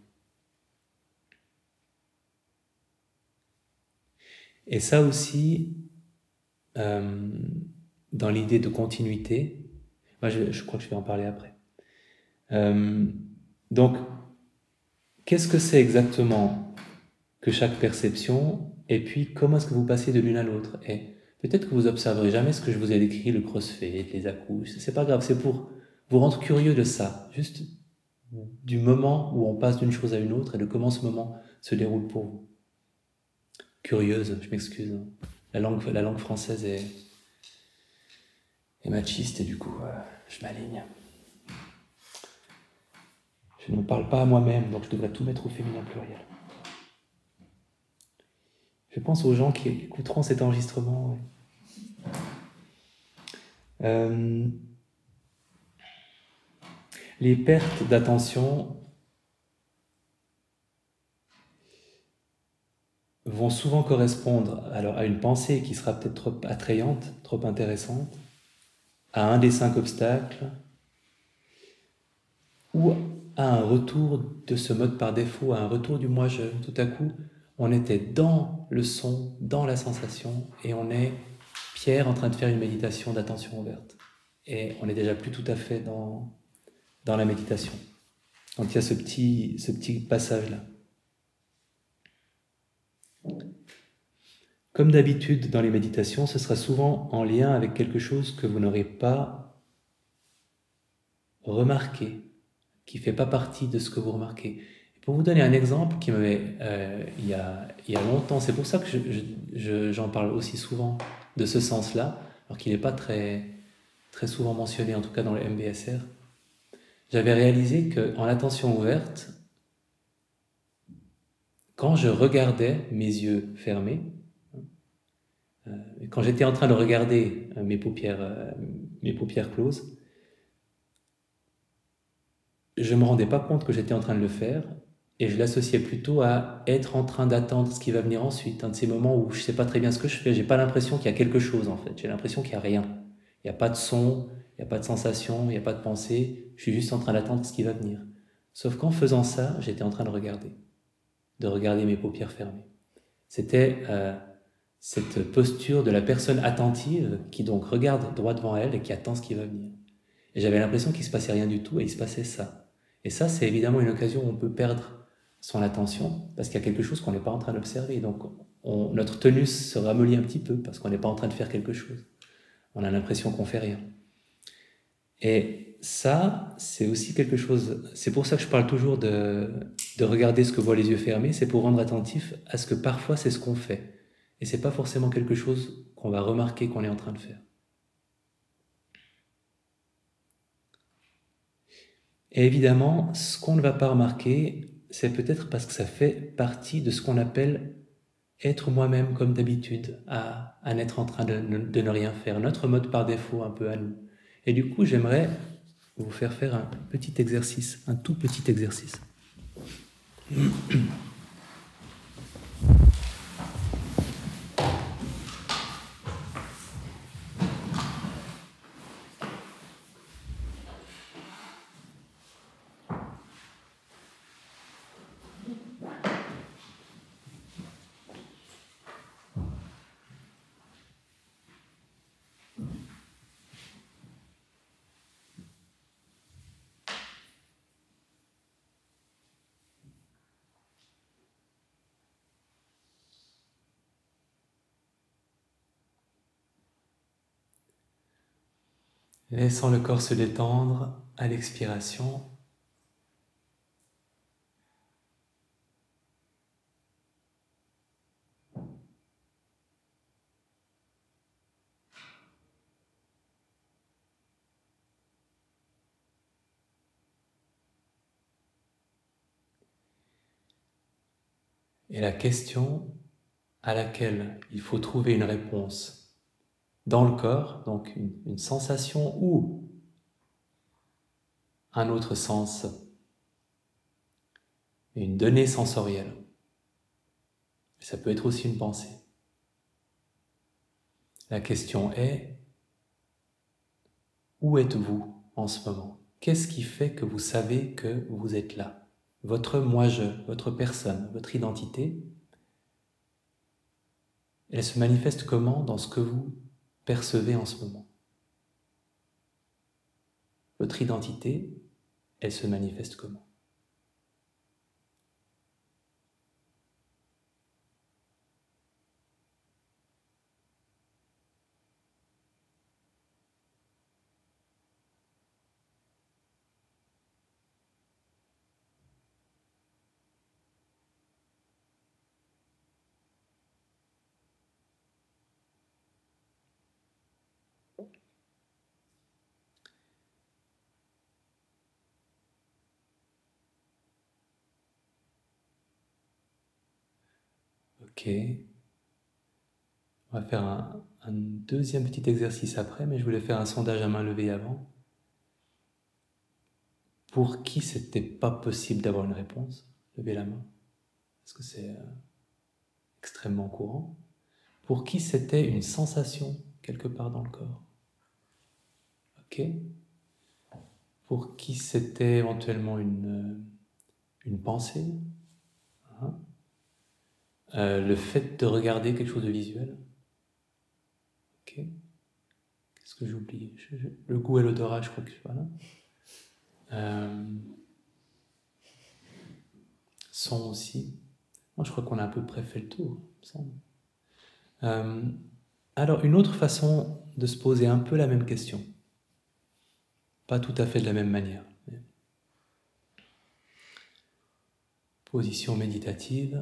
Et ça aussi, euh, dans l'idée de continuité, moi je, je crois que je vais en parler après. Euh, donc, qu'est-ce que c'est exactement que chaque perception, et puis comment est-ce que vous passez de l'une à l'autre? Et peut-être que vous observerez jamais ce que je vous ai décrit, le crossfade, les à-coups, c'est pas grave, c'est pour vous rendre curieux de ça, juste du moment où on passe d'une chose à une autre et de comment ce moment se déroule pour vous. Curieuse, je m'excuse. La langue, la langue française est, est machiste et du coup, euh, je m'aligne. Je ne parle pas à moi-même, donc je devrais tout mettre au féminin pluriel. Je pense aux gens qui écouteront cet enregistrement. Euh, les pertes d'attention vont souvent correspondre alors, à une pensée qui sera peut-être trop attrayante, trop intéressante, à un des cinq obstacles, ou à un retour de ce mode par défaut, à un retour du moi-je. Tout à coup, on était dans le son, dans la sensation, et on est Pierre en train de faire une méditation d'attention ouverte. Et on n'est déjà plus tout à fait dans, dans la méditation. Donc il y a ce petit, ce petit passage-là. Comme d'habitude dans les méditations, ce sera souvent en lien avec quelque chose que vous n'aurez pas remarqué, qui ne fait pas partie de ce que vous remarquez. Et pour vous donner un exemple qui m'avait, euh, il, y a, il y a longtemps, c'est pour ça que je, je, je, j'en parle aussi souvent de ce sens-là, alors qu'il n'est pas très, très souvent mentionné, en tout cas dans le M B S R. J'avais réalisé qu'en attention ouverte, quand je regardais mes yeux fermés, euh, quand j'étais en train de regarder euh, mes paupières, euh, mes paupières closes, je ne me rendais pas compte que j'étais en train de le faire et je l'associais plutôt à être en train d'attendre ce qui va venir ensuite, un de ces moments où je ne sais pas très bien ce que je fais, j'ai pas l'impression qu'il y a quelque chose en fait, j'ai l'impression qu'il n'y a rien, il n'y a pas de son, il n'y a pas de sensation, il n'y a pas de pensée, je suis juste en train d'attendre ce qui va venir. Sauf qu'en faisant ça, j'étais en train de regarder. de regarder mes paupières fermées. C'était euh, cette posture de la personne attentive qui donc regarde droit devant elle et qui attend ce qui va venir. Et j'avais l'impression qu'il ne se passait rien du tout et il se passait ça. Et ça, c'est évidemment une occasion où on peut perdre son attention parce qu'il y a quelque chose qu'on n'est pas en train d'observer. Donc on, notre tenue se ramollit un petit peu parce qu'on n'est pas en train de faire quelque chose. On a l'impression qu'on ne fait rien. Et ça, c'est aussi quelque chose... C'est pour ça que je parle toujours de, de regarder ce que voient les yeux fermés, c'est pour rendre attentif à ce que parfois c'est ce qu'on fait. Et ce n'est pas forcément quelque chose qu'on va remarquer qu'on est en train de faire. Et évidemment, ce qu'on ne va pas remarquer, c'est peut-être parce que ça fait partie de ce qu'on appelle être moi-même comme d'habitude, à, à n'être en train de, de ne rien faire, notre mode par défaut un peu à nous. Et du coup, j'aimerais vous faire faire un petit exercice, un tout petit exercice. Laissant le corps se détendre à l'expiration. Et la question à laquelle il faut trouver une réponse dans le corps, donc une, une sensation ou un autre sens, une donnée sensorielle. Ça peut être aussi une pensée. La question est, où êtes-vous en ce moment? Qu'est-ce qui fait que vous savez que vous êtes là? Votre moi-je, votre personne, votre identité, elle se manifeste comment dans ce que vous percevez en ce moment? Votre identité, elle se manifeste comment? Ok. On va faire un, un deuxième petit exercice après, mais je voulais faire un sondage à main levée avant. Pour qui c'était pas possible d'avoir une réponse? Levez la main. Parce que c'est euh, extrêmement courant. Pour qui c'était une sensation quelque part dans le corps? Ok. Pour qui c'était éventuellement une, une pensée? Hein, euh, le fait de regarder quelque chose de visuel? Ok. Qu'est-ce que j'ai oublié? Je, je, le goût et l'odorat, je crois que je suis pas là. Euh, son aussi. Moi, je crois qu'on a à peu près fait le tour, il me semble. Euh, alors, une autre façon de se poser un peu la même question. Pas tout à fait de la même manière. Position méditative.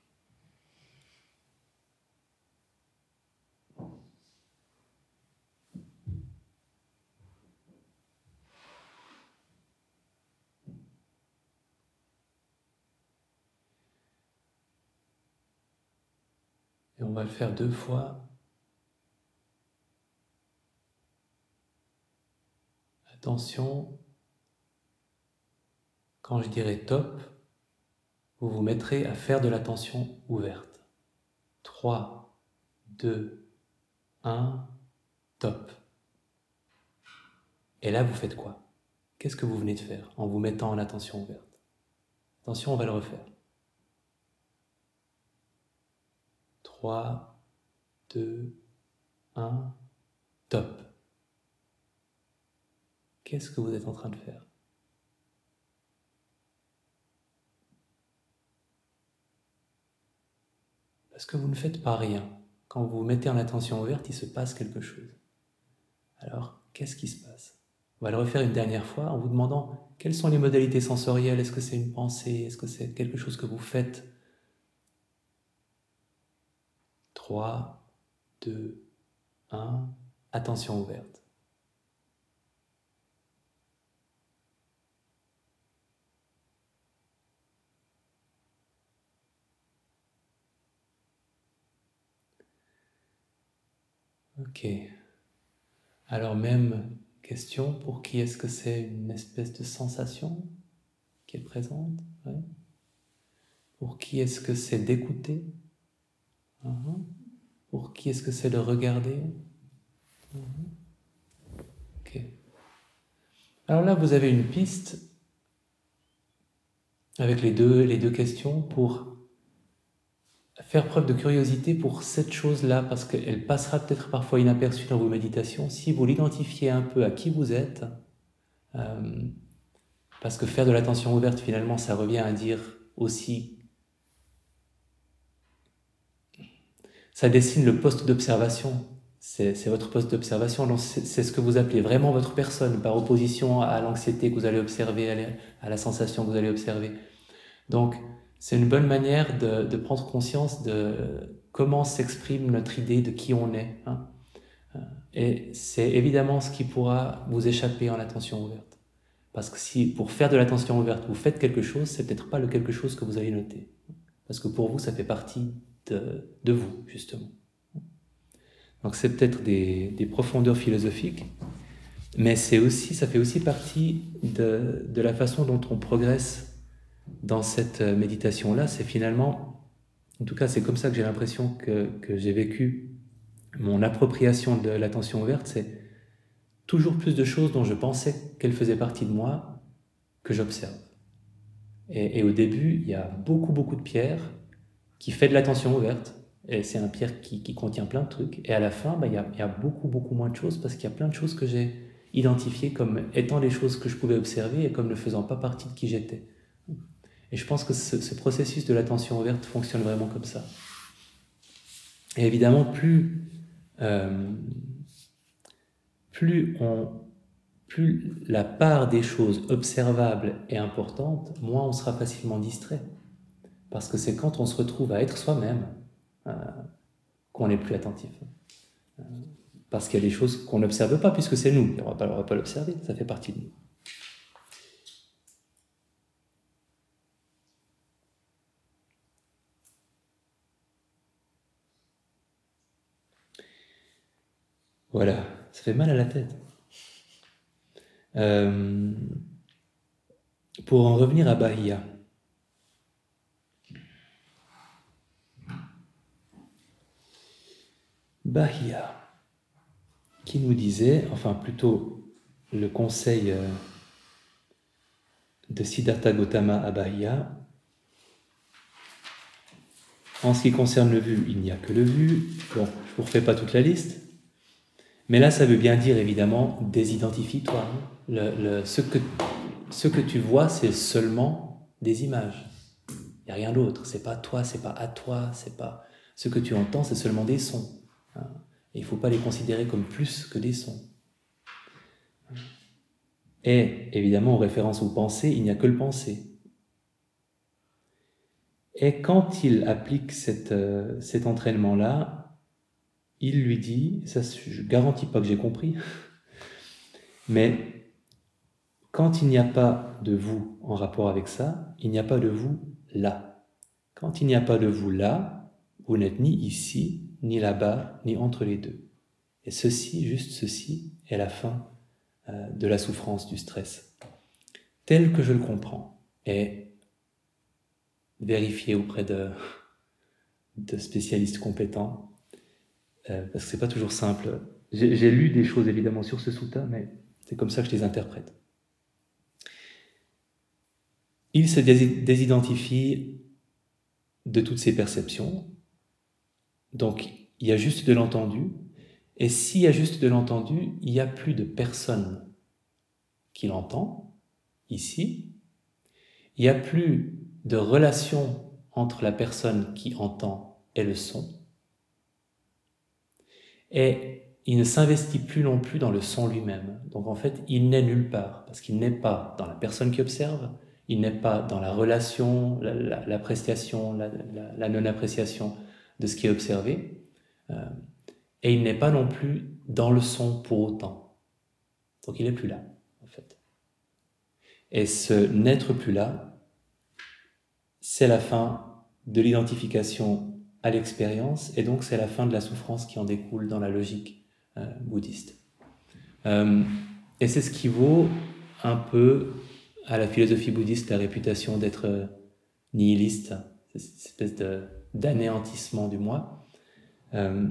Et on va le faire deux fois. Attention, quand je dirai top, vous vous mettrez à faire de l'attention ouverte. trois, deux, un, top. Et là, vous faites quoi? Qu'est-ce que vous venez de faire en vous mettant en attention ouverte? Attention, on va le refaire. trois, deux, un, top. Qu'est-ce que vous êtes en train de faire? Parce que vous ne faites pas rien. Quand vous vous mettez en attention ouverte, il se passe quelque chose. Alors, qu'est-ce qui se passe? On va le refaire une dernière fois en vous demandant quelles sont les modalités sensorielles. Est-ce que c'est une pensée? Est-ce que c'est quelque chose que vous faites? trois, deux, un, attention ouverte. Ok. Alors même question, pour qui est-ce que c'est une espèce de sensation qui est présente? Ouais. Pour qui est-ce que c'est d'écouter? uh-huh. Pour qui est-ce que c'est de regarder? uh-huh. Ok. Alors là, vous avez une piste avec les deux, les deux questions pour faire preuve de curiosité pour cette chose-là, parce qu'elle passera peut-être parfois inaperçue dans vos méditations, si vous l'identifiez un peu à qui vous êtes, euh, parce que faire de l'attention ouverte, finalement, ça revient à dire aussi, ça dessine le poste d'observation, c'est, c'est votre poste d'observation, donc c'est, c'est ce que vous appelez vraiment votre personne, par opposition à l'anxiété que vous allez observer, à la, à la sensation que vous allez observer. Donc, c'est une bonne manière de, de prendre conscience de comment s'exprime notre idée de qui on est. Hein. Et c'est évidemment ce qui pourra vous échapper en attention ouverte. Parce que si, pour faire de l'attention ouverte, vous faites quelque chose, c'est peut-être pas le quelque chose que vous allez noter. Parce que pour vous, ça fait partie de, de vous, justement. Donc c'est peut-être des, des profondeurs philosophiques, mais c'est aussi, ça fait aussi partie de, de la façon dont on progresse dans cette méditation-là. C'est finalement, en tout cas c'est comme ça que j'ai l'impression que, que j'ai vécu mon appropriation de l'attention ouverte, c'est toujours plus de choses dont je pensais qu'elles faisaient partie de moi que j'observe. Et, et au début, il y a beaucoup, beaucoup de pierres qui fait de l'attention ouverte, et c'est un pierre qui, qui contient plein de trucs, et à la fin, bah, il, y a, il y a beaucoup, beaucoup moins de choses, parce qu'il y a plein de choses que j'ai identifiées comme étant les choses que je pouvais observer, et comme ne faisant pas partie de qui j'étais. Et je pense que ce, ce processus de l'attention ouverte fonctionne vraiment comme ça. Et évidemment, plus, euh, plus, on, plus la part des choses observables est importante, moins on sera facilement distrait. Parce que c'est quand on se retrouve à être soi-même euh, qu'on n'est plus attentif. Euh, parce qu'il y a des choses qu'on n'observe pas, puisque c'est nous. On ne va pas l'observer, ça fait partie de nous. Voilà, ça fait mal à la tête. Euh, pour en revenir à Bahia, Bahia, qui nous disait, enfin plutôt le conseil de Siddhartha Gautama à Bahia, en ce qui concerne le vu, il n'y a que le vu. Bon, je ne vous refais pas toute la liste, mais là ça veut bien dire évidemment désidentifie-toi. Le, le, ce, que, ce que tu vois, c'est seulement des images. Il n'y a rien d'autre. C'est pas toi, c'est pas à toi, c'est pas... Ce que tu entends, c'est seulement des sons. Et il ne faut pas les considérer comme plus que des sons. Et évidemment, en référence aux pensées, il n'y a que le pensée. Et quand il applique cette, euh, cet entraînement-là, il lui dit, ça je ne garantis pas que j'ai compris, mais quand il n'y a pas de vous en rapport avec ça, il n'y a pas de vous là. Quand il n'y a pas de vous là, vous n'êtes ni ici, ni là-bas, ni entre les deux. Et ceci, juste ceci, est la fin euh, de la souffrance, du stress. Tel que je le comprends, et vérifié auprès de, de spécialistes compétents, euh, parce que c'est pas toujours simple. J'ai, j'ai lu des choses évidemment sur ce sutta, mais c'est comme ça que je les interprète. Il se désidentifie de toutes ses perceptions, donc, il y a juste de l'entendu, et s'il y a juste de l'entendu, il n'y a plus de personne qui l'entend, ici. Il n'y a plus de relation entre la personne qui entend et le son. Et il ne s'investit plus non plus dans le son lui-même. Donc en fait, il n'est nulle part, parce qu'il n'est pas dans la personne qui observe, il n'est pas dans la relation, l'appréciation, la, la, la, la non-appréciation de ce qui est observé, euh, et il n'est pas non plus dans le son pour autant. Donc il n'est plus là, en fait. Et ce n'être plus là, c'est la fin de l'identification à l'expérience, et donc c'est la fin de la souffrance qui en découle dans la logique euh, bouddhiste. Euh, et c'est ce qui vaut un peu à la philosophie bouddhiste la réputation d'être nihiliste, cette espèce de, d'anéantissement du moi. Euh,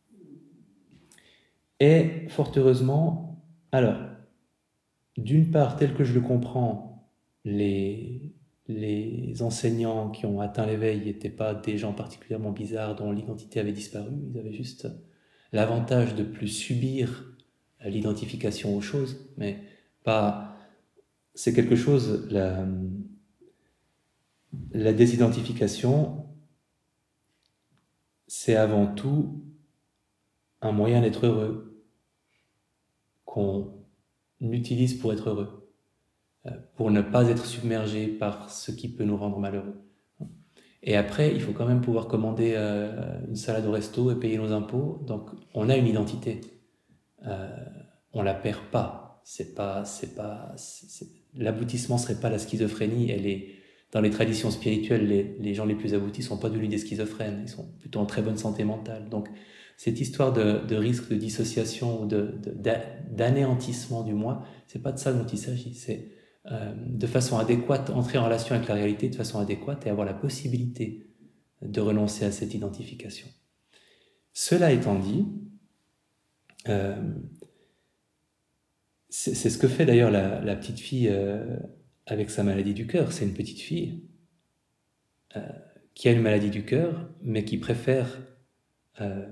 et fort heureusement, alors, d'une part, tel que je le comprends, les, les enseignants qui ont atteint l'éveil n'étaient pas des gens particulièrement bizarres dont l'identité avait disparu, ils avaient juste l'avantage de plus subir l'identification aux choses, mais pas... C'est quelque chose, la, la désidentification, c'est avant tout un moyen d'être heureux, qu'on utilise pour être heureux, pour ne pas être submergé par ce qui peut nous rendre malheureux. Et après, il faut quand même pouvoir commander euh, une salade au resto et payer nos impôts, donc on a une identité. Euh, on la perd pas. C'est pas, c'est pas, c'est, c'est... L'aboutissement serait pas la schizophrénie. Elle est dans les traditions spirituelles, les, les gens les plus aboutis sont pas devenus des schizophrènes. Ils sont plutôt en très bonne santé mentale. Donc cette histoire de, de risque de dissociation ou de, de, d'anéantissement du moi, c'est pas de ça dont il s'agit. C'est euh, de façon adéquate entrer en relation avec la réalité de façon adéquate et avoir la possibilité de renoncer à cette identification. Cela étant dit, euh, C'est, c'est ce que fait d'ailleurs la, la petite fille euh, avec sa maladie du cœur. C'est une petite fille euh, qui a une maladie du cœur, mais qui préfère, euh,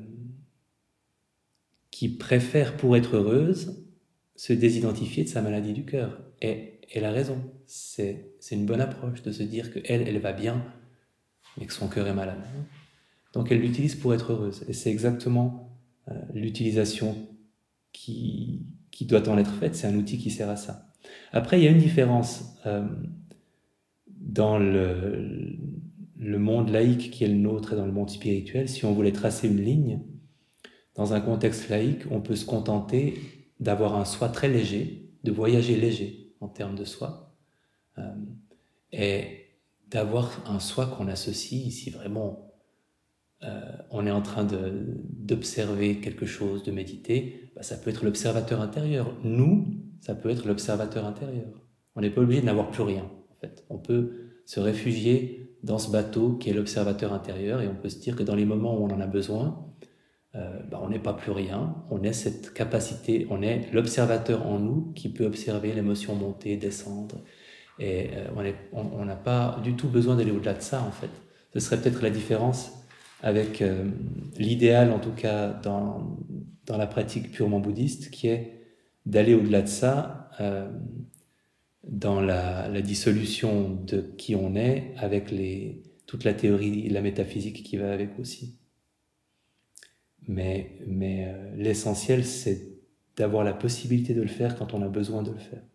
qui préfère, pour être heureuse, se désidentifier de sa maladie du cœur. Et elle a raison. C'est, c'est une bonne approche de se dire qu'elle, elle va bien, mais que son cœur est malade. Donc elle l'utilise pour être heureuse. Et c'est exactement euh, l'utilisation qui... qui doit en être faite, c'est un outil qui sert à ça. Après, il y a une différence euh, dans le, le monde laïque qui est le nôtre et dans le monde spirituel. Si on voulait tracer une ligne, dans un contexte laïque, on peut se contenter d'avoir un soi très léger, de voyager léger en termes de soi, euh, et d'avoir un soi qu'on associe, si vraiment euh, on est en train de, d'observer quelque chose, de méditer, bah, ça peut être l'observateur intérieur. Nous, ça peut être l'observateur intérieur. On n'est pas obligé de n'avoir plus rien, en fait. On peut se réfugier dans ce bateau qui est l'observateur intérieur et on peut se dire que dans les moments où on en a besoin, euh, bah, on n'est pas plus rien. On est cette capacité, on est l'observateur en nous qui peut observer l'émotion monter, descendre. Et euh, on n'a pas du tout besoin d'aller au-delà de ça, en fait. Ce serait peut-être la différence avec euh, l'idéal, en tout cas dans, dans la pratique purement bouddhiste, qui est d'aller au-delà de ça euh, dans la, la dissolution de qui on est, avec les, toute la théorie, la métaphysique qui va avec aussi. Mais, mais euh, l'essentiel, c'est d'avoir la possibilité de le faire quand on a besoin de le faire.